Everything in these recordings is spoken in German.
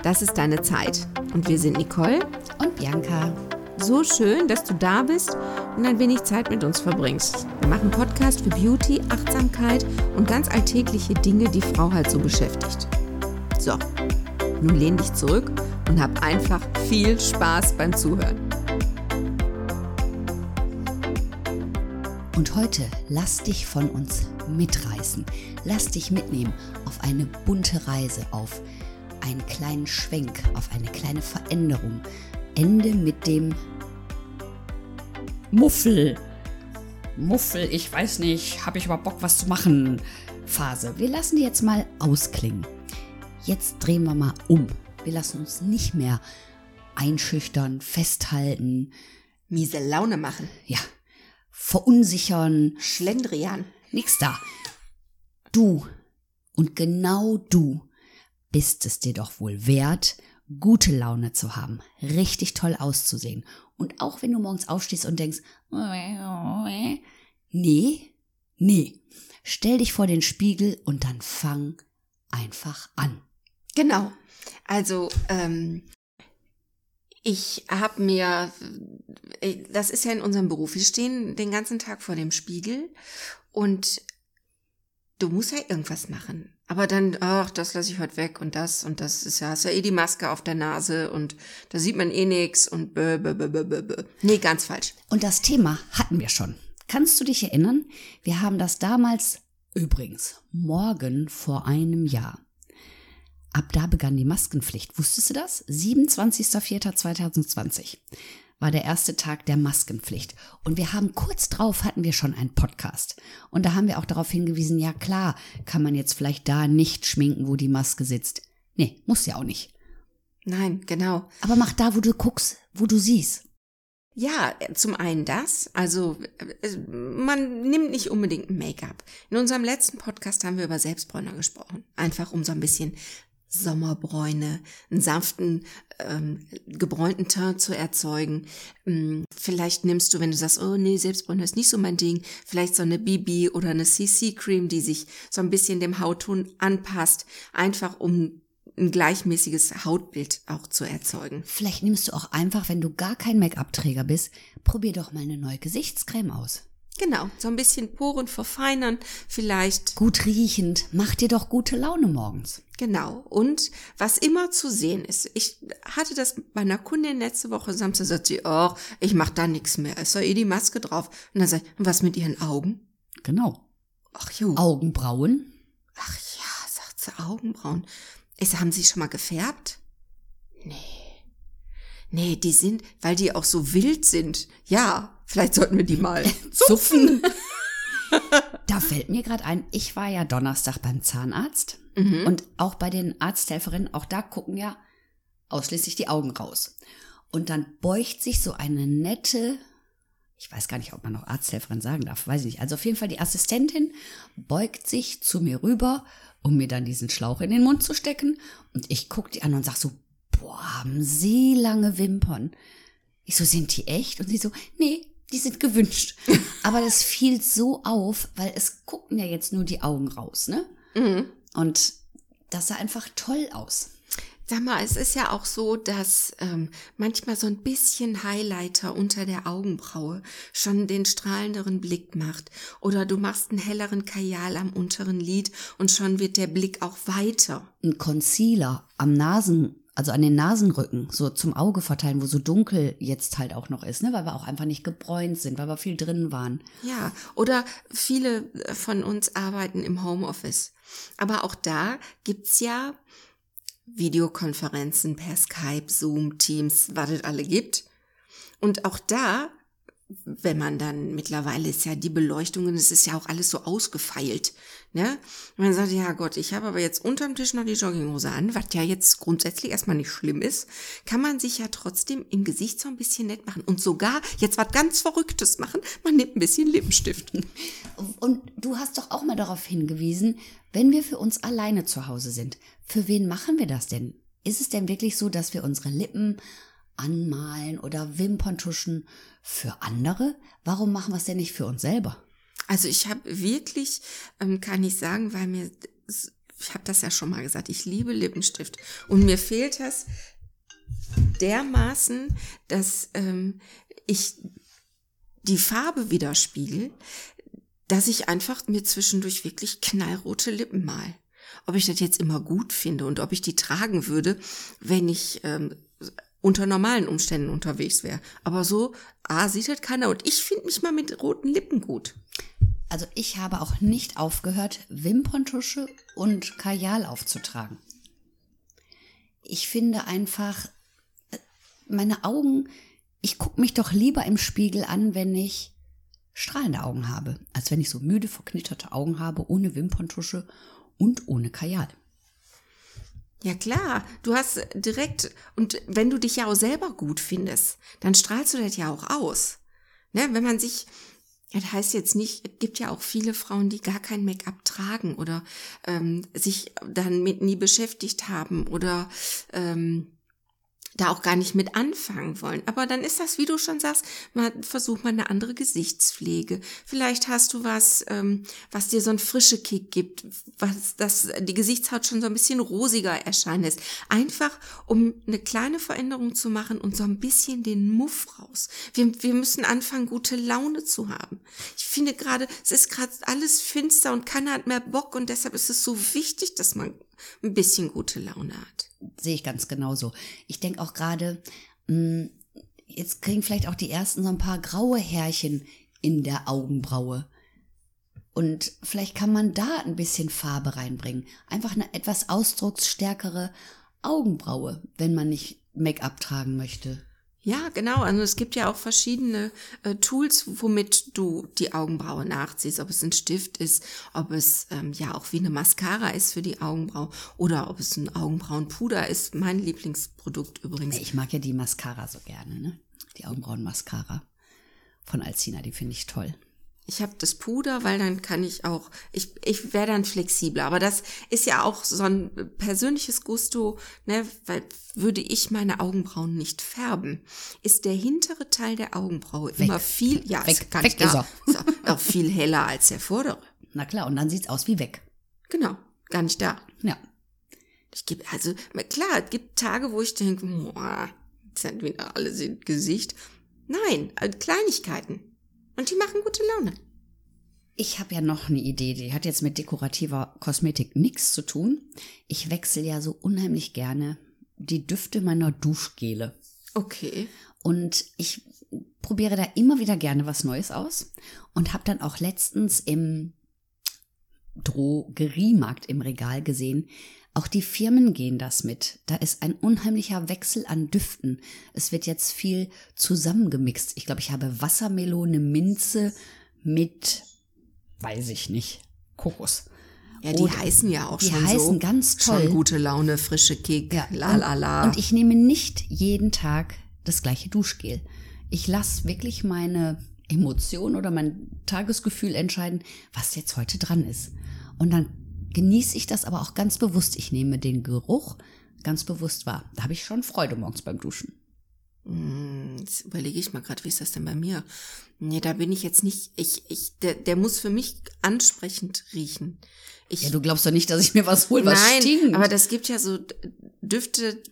Das ist deine Zeit. Und wir sind Nicole und Bianca. So schön, dass du da bist und ein wenig Zeit mit uns verbringst. Wir machen Podcast für Beauty, Achtsamkeit und ganz alltägliche Dinge, die Frau halt so beschäftigt. So, nun lehn dich zurück und hab einfach viel Spaß beim Zuhören. Und heute lass dich von uns mitreißen. Lass dich mitnehmen auf eine bunte Reise, auf einen kleinen Schwenk, auf eine kleine Veränderung. Ende mit dem Muffel, ich weiß nicht, habe ich überhaupt Bock, was zu machen, Phase. Wir lassen die jetzt mal ausklingen. Jetzt drehen wir mal um. Wir lassen uns nicht mehr einschüchtern, festhalten. Miese Laune machen. Ja, verunsichern. Schlendrian. Nix da. Du und genau du bist es dir doch wohl wert, gute Laune zu haben, richtig toll auszusehen. Und auch wenn du morgens aufstehst und denkst, nee, stell dich vor den Spiegel und dann fang einfach an. Genau. Also, ich habe mir, das ist ja in unserem Beruf, wir stehen den ganzen Tag vor dem Spiegel und du musst ja irgendwas machen. Aber dann, das lasse ich heute weg und das ist ja, hast ja eh die Maske auf der Nase und da sieht man eh nix und Nee, ganz falsch. Und das Thema hatten wir schon. Kannst du dich erinnern? Wir haben das damals, übrigens, morgen vor einem Jahr. Ab da begann die Maskenpflicht. Wusstest du das? 27.04.2020 war der erste Tag der Maskenpflicht. Und wir haben kurz drauf, hatten wir schon einen Podcast. Und da haben wir auch darauf hingewiesen, ja klar, kann man jetzt vielleicht da nicht schminken, wo die Maske sitzt. Nee, muss ja auch nicht. Nein, genau. Aber mach da, wo du guckst, wo du siehst. Ja, zum einen das, also man nimmt nicht unbedingt ein Make-up. In unserem letzten Podcast haben wir über Selbstbräuner gesprochen. Einfach um so ein bisschen Sommerbräune, einen sanften, gebräunten Teint zu erzeugen. Vielleicht nimmst du, wenn du sagst, oh nee, Selbstbräuner ist nicht so mein Ding, vielleicht so eine BB oder eine CC-Creme, die sich so ein bisschen dem Hautton anpasst, einfach um ein gleichmäßiges Hautbild auch zu erzeugen. Vielleicht nimmst du auch einfach, wenn du gar kein Make-up-Träger bist, probier doch mal eine neue Gesichtscreme aus. Genau, so ein bisschen Poren verfeinern, vielleicht. Gut riechend, mach dir doch gute Laune morgens. Genau, und was immer zu sehen ist. Ich hatte das bei einer Kundin letzte Woche, Samstag sagt sie, ich mach da nichts mehr, ist doch eh die Maske drauf. Und dann sag ich, was mit ihren Augen? Genau. Ach jo. Augenbrauen? Ach ja, sagt sie, Augenbrauen. Ich sag, haben Sie schon mal gefärbt? Nee, die sind, weil die auch so wild sind. Ja, vielleicht sollten wir die mal zupfen. Da fällt mir gerade ein, ich war ja Donnerstag beim Zahnarzt und auch bei den Arzthelferinnen, auch da gucken ja ausschließlich die Augen raus. Und dann beugt sich so eine nette, ich weiß gar nicht, ob man noch Arzthelferin sagen darf, weiß ich nicht. Also auf jeden Fall die Assistentin beugt sich zu mir rüber, um mir dann diesen Schlauch in den Mund zu stecken. Und ich gucke die an und sag so, boah, haben Sie lange Wimpern. Ich so, sind die echt? Und sie so, nee, die sind gewünscht. Aber das fiel so auf, weil es guckten ja jetzt nur die Augen raus, ne? Mhm. Und das sah einfach toll aus. Sag mal, es ist ja auch so, dass manchmal so ein bisschen Highlighter unter der Augenbraue schon den strahlenderen Blick macht. Oder du machst einen helleren Kajal am unteren Lid und schon wird der Blick auch weiter. Ein Concealer am also an den Nasenrücken, so zum Auge verteilen, wo so dunkel jetzt halt auch noch ist, ne, weil wir auch einfach nicht gebräunt sind, weil wir viel drin waren. Ja, oder viele von uns arbeiten im Homeoffice. Aber auch da gibt's ja Videokonferenzen per Skype, Zoom, Teams, was es alle gibt. Und auch da, wenn man dann, mittlerweile ist ja die Beleuchtung und es ist ja auch alles so ausgefeilt, ne? Und man sagt, ja Gott, ich habe aber jetzt unterm Tisch noch die Jogginghose an, was ja jetzt grundsätzlich erstmal nicht schlimm ist, kann man sich ja trotzdem im Gesicht so ein bisschen nett machen und sogar jetzt was ganz Verrücktes machen, man nimmt ein bisschen Lippenstift. Und du hast doch auch mal darauf hingewiesen, wenn wir für uns alleine zu Hause sind, für wen machen wir das denn? Ist es denn wirklich so, dass wir unsere Lippen anmalen oder Wimpern tuschen für andere? Warum machen wir es denn nicht für uns selber? Also ich habe wirklich, kann ich sagen, weil mir ich habe das ja schon mal gesagt, ich liebe Lippenstift. Und mir fehlt das dermaßen, dass ich die Farbe widerspiegel, dass ich einfach mir zwischendurch wirklich knallrote Lippen mal. Ob ich das jetzt immer gut finde und ob ich die tragen würde, wenn ich unter normalen Umständen unterwegs wäre. Aber so, sieht das keiner. Und ich finde mich mal mit roten Lippen gut. Also ich habe auch nicht aufgehört, Wimperntusche und Kajal aufzutragen. Ich finde einfach, meine Augen, ich gucke mich doch lieber im Spiegel an, wenn ich strahlende Augen habe, als wenn ich so müde, verknitterte Augen habe, ohne Wimperntusche und ohne Kajal. Ja klar, du hast direkt, und wenn du dich ja auch selber gut findest, dann strahlst du das ja auch aus. Ne, wenn man sich, ja, das heißt jetzt nicht, es gibt ja auch viele Frauen, die gar kein Make-up tragen oder sich dann mit nie beschäftigt haben oder da auch gar nicht mit anfangen wollen. Aber dann ist das, wie du schon sagst, versuch mal eine andere Gesichtspflege. Vielleicht hast du was, was dir so einen frische Kick gibt, was das die Gesichtshaut schon so ein bisschen rosiger erscheinen lässt. Einfach, um eine kleine Veränderung zu machen und so ein bisschen den Muff raus. Wir müssen anfangen, gute Laune zu haben. Ich finde gerade, es ist gerade alles finster und keiner hat mehr Bock und deshalb ist es so wichtig, dass man ein bisschen gute Laune hat. Sehe ich ganz genauso. Ich denke auch gerade, jetzt kriegen vielleicht auch die ersten so ein paar graue Härchen in der Augenbraue. Und vielleicht kann man da ein bisschen Farbe reinbringen. Einfach eine etwas ausdrucksstärkere Augenbraue, wenn man nicht Make-up tragen möchte. Ja, genau. Also es gibt ja auch verschiedene Tools, womit du die Augenbraue nachziehst. Ob es ein Stift ist, ob es ja auch wie eine Mascara ist für die Augenbraue oder ob es ein Augenbrauenpuder ist. Mein Lieblingsprodukt übrigens. Ich mag ja die Mascara so gerne, ne? Die Augenbrauen-Mascara von Alcina, die finde ich toll. Ich habe das Puder, weil dann kann ich auch, ich wäre dann flexibler. Aber das ist ja auch so ein persönliches Gusto, ne, weil würde ich meine Augenbrauen nicht färben, ist der hintere Teil der Augenbraue immer viel, ja, weg, gar weg nicht ist da, ist auch viel heller als der vordere. Na klar, und dann sieht's aus wie weg. Genau, gar nicht da. Ja. Also klar, es gibt Tage, wo ich denke, jetzt sind wieder alle im Gesicht. Nein, Kleinigkeiten. Und die machen gute Laune. Ich habe ja noch eine Idee, die hat jetzt mit dekorativer Kosmetik nichts zu tun. Ich wechsle ja so unheimlich gerne die Düfte meiner Duschgele. Okay. Und ich probiere da immer wieder gerne was Neues aus und habe dann auch letztens im Drogeriemarkt im Regal gesehen, auch die Firmen gehen das mit. Da ist ein unheimlicher Wechsel an Düften. Es wird jetzt viel zusammengemixt. Ich glaube, ich habe Wassermelone, Minze mit, weiß ich nicht, Kokos. Ja, die heißen ja auch die schon so. Die heißen ganz toll. Schon gute Laune, frische Kick, ja, la. Und ich nehme nicht jeden Tag das gleiche Duschgel. Ich lasse wirklich meine Emotion oder mein Tagesgefühl entscheiden, was jetzt heute dran ist. Und dann genieße ich das aber auch ganz bewusst. Ich nehme den Geruch ganz bewusst wahr. Da habe ich schon Freude morgens beim Duschen. Jetzt überlege ich mal gerade, wie ist das denn bei mir? Nee, da bin ich jetzt nicht, der muss für mich ansprechend riechen. Ja, du glaubst doch nicht, dass ich mir was hole, was stinkt. Nein, aber das gibt ja so Düfte,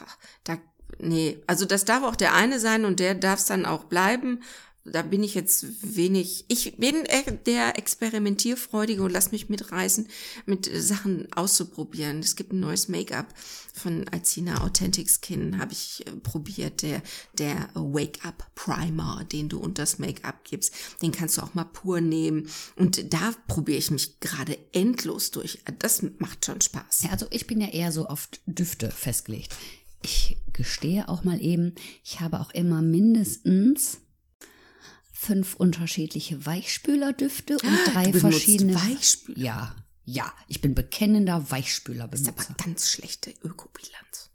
also das darf auch der eine sein und der darf es dann auch bleiben. Da bin ich jetzt wenig, ich bin der Experimentierfreudige und lass mich mitreißen, mit Sachen auszuprobieren. Es gibt ein neues Make-up von Alcina Authentic Skin, habe ich probiert, der Wake-up Primer, den du unter das Make-up gibst. Den kannst du auch mal pur nehmen und da probiere ich mich gerade endlos durch. Das macht schon Spaß. Ja, also ich bin ja eher so auf Düfte festgelegt. Ich gestehe auch mal eben, ich habe auch immer mindestens 5 unterschiedliche Weichspülerdüfte und 3 verschiedene Weichspüler. Ja, ich bin bekennender Weichspülerbenutzer. Das ist aber ganz schlechte Ökobilanz.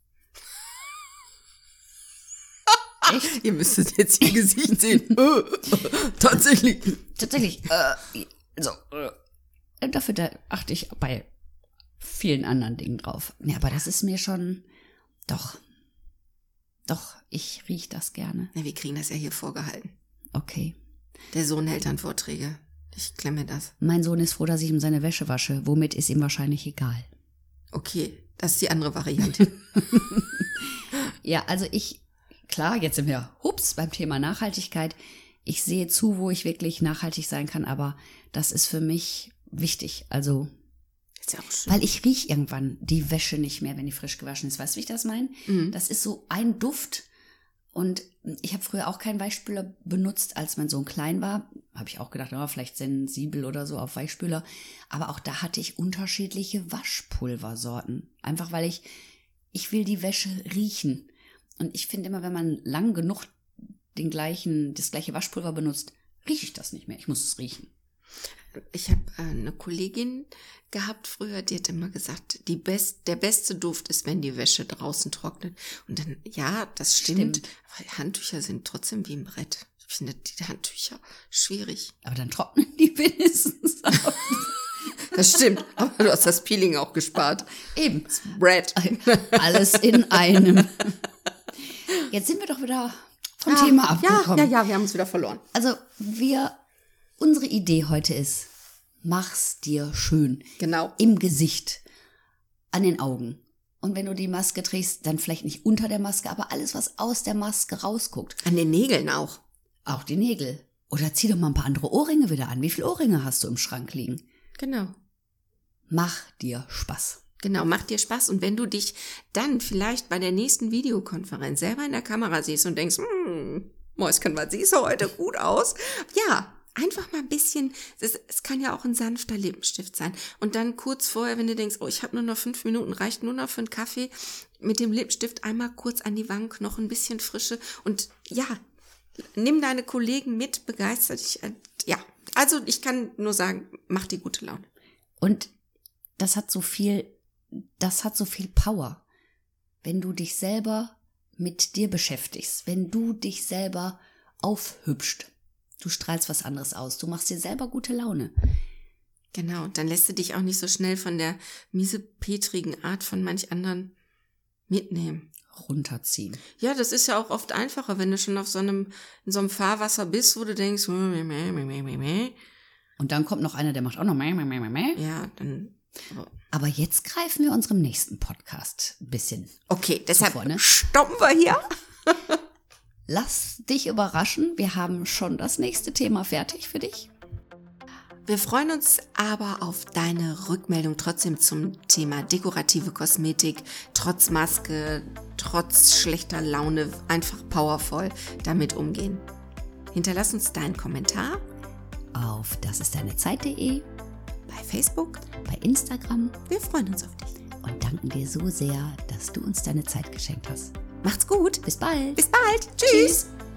Echt? Ihr müsstet jetzt ihr Gesicht sehen. Tatsächlich. Dafür da achte ich bei vielen anderen Dingen drauf. Ja, aber das ist mir schon, doch, ich rieche das gerne. Ja, wir kriegen das ja hier vorgehalten. Okay. Der Sohn hält dann Vorträge. Ich klemme das. Mein Sohn ist froh, dass ich ihm seine Wäsche wasche. Womit ist ihm wahrscheinlich egal. Okay, das ist die andere Variante. Ja, also klar, jetzt sind wir, beim Thema Nachhaltigkeit. Ich sehe zu, wo ich wirklich nachhaltig sein kann, aber das ist für mich wichtig. Also, ist ja auch schön. Weil ich rieche irgendwann die Wäsche nicht mehr, wenn die frisch gewaschen ist. Weißt du, wie ich das meine? Mhm. Das ist so ein Duft. Und ich habe früher auch keinen Weichspüler benutzt, als mein Sohn klein war. Habe ich auch gedacht, vielleicht sensibel oder so auf Weichspüler. Aber auch da hatte ich unterschiedliche Waschpulversorten. Einfach weil ich will die Wäsche riechen. Und ich finde immer, wenn man lang genug das gleiche Waschpulver benutzt, rieche ich das nicht mehr. Ich muss es riechen. Ich habe eine Kollegin gehabt früher, die hat immer gesagt, der beste Duft ist, wenn die Wäsche draußen trocknet. Und dann, ja, das stimmt. Aber Handtücher sind trotzdem wie ein Brett. Ich finde die Handtücher schwierig. Aber dann trocknen die wenigstens ab. Das stimmt, aber du hast das Peeling auch gespart. Eben. Das Brett. Alles in einem. Jetzt sind wir doch wieder vom Thema abgekommen. Ja, wir haben uns wieder verloren. Also unsere Idee heute ist, mach's dir schön. Genau. Im Gesicht, an den Augen. Und wenn du die Maske trägst, dann vielleicht nicht unter der Maske, aber alles, was aus der Maske rausguckt. An den Nägeln auch. Auch die Nägel. Oder zieh doch mal ein paar andere Ohrringe wieder an. Wie viele Ohrringe hast du im Schrank liegen? Genau. Mach dir Spaß. Genau, macht dir Spaß. Und wenn du dich dann vielleicht bei der nächsten Videokonferenz selber in der Kamera siehst und denkst, Mäuschen, was siehst du heute gut aus? Ja, einfach mal ein bisschen, es kann ja auch ein sanfter Lippenstift sein. Und dann kurz vorher, wenn du denkst, ich habe nur noch 5 Minuten, reicht nur noch für einen Kaffee, mit dem Lippenstift einmal kurz an die Wangen, noch ein bisschen Frische. Und ja, nimm deine Kollegen mit, begeister dich. Ja, also ich kann nur sagen, mach dir gute Laune. Und das hat so viel Power, wenn du dich selber mit dir beschäftigst, wenn du dich selber aufhübscht. Du strahlst was anderes aus, du machst dir selber gute Laune. Genau, und dann lässt du dich auch nicht so schnell von der miesepetrigen Art von manch anderen mitnehmen. Runterziehen. Ja, das ist ja auch oft einfacher, wenn du schon in so einem Fahrwasser bist, wo du denkst, und dann kommt noch einer, der macht auch noch ja, dann. Aber jetzt greifen wir unserem nächsten Podcast ein bisschen. Okay, deshalb zuvor, ne? Stoppen wir hier. Lass dich überraschen, wir haben schon das nächste Thema fertig für dich. Wir freuen uns aber auf deine Rückmeldung trotzdem zum Thema dekorative Kosmetik, trotz Maske, trotz schlechter Laune, einfach powervoll damit umgehen. Hinterlass uns deinen Kommentar auf dasistdeinezeit.de, bei Facebook, bei Instagram. Wir freuen uns auf dich. Und danken dir so sehr, dass du uns deine Zeit geschenkt hast. Macht's gut. Bis bald. Bis bald. Tschüss.